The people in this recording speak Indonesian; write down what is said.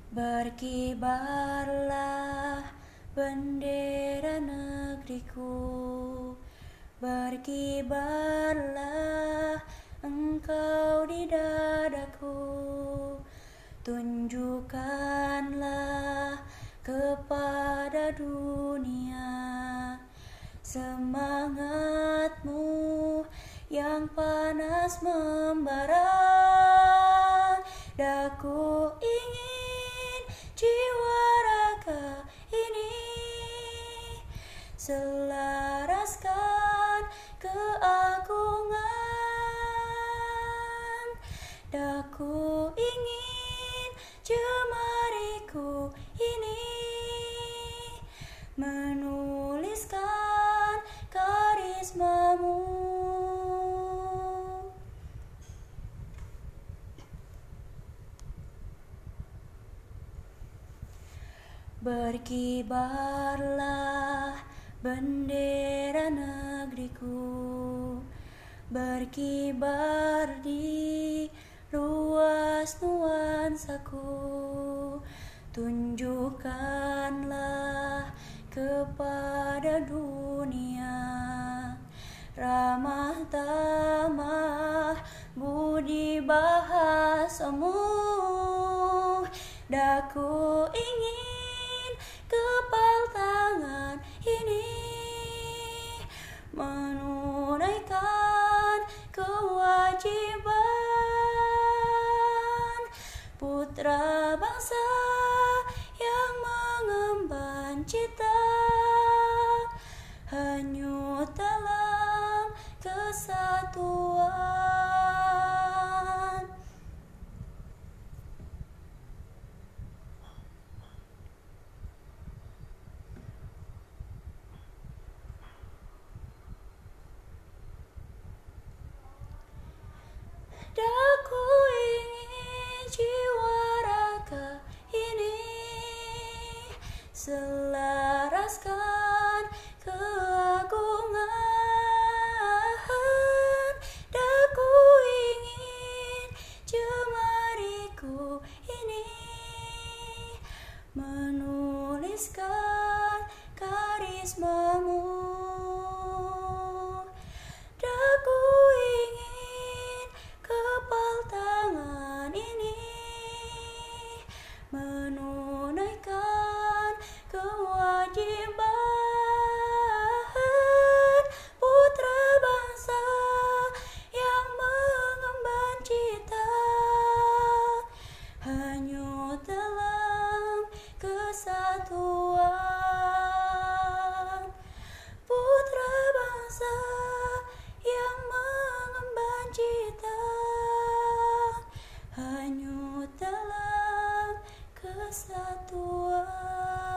Berkibarlah bendera negeriku, berkibarlah engkau di dadaku. Tunjukkanlah kepada dunia semangatmu yang panas membara. Daku ingin jiwa raga ini selaraskan keagungan. Daku ingin jemariku ini menuliskan karismamu. Berkibarlah bendera negeriku, berkibar di luas nuansaku. Tunjukkanlah kepada dunia ramah tamah budi bahasamu. Daku ingin kepal tangan ini menunaikan kewajiban putra bangsa yang mengemban cita, hanyut dalam kesatuan. Daku ingin jiwa raga ini selaraskan keagungan. Daku ingin jemariku ini menuliskan karismamu. Daku ingin kepal tangan ini menunaikan kewajiban putra bangsa yang mengemban cita, hanyut dalam kesatuan. Putra bangsa yang mengemban cita, hanyut dalam kesatuan.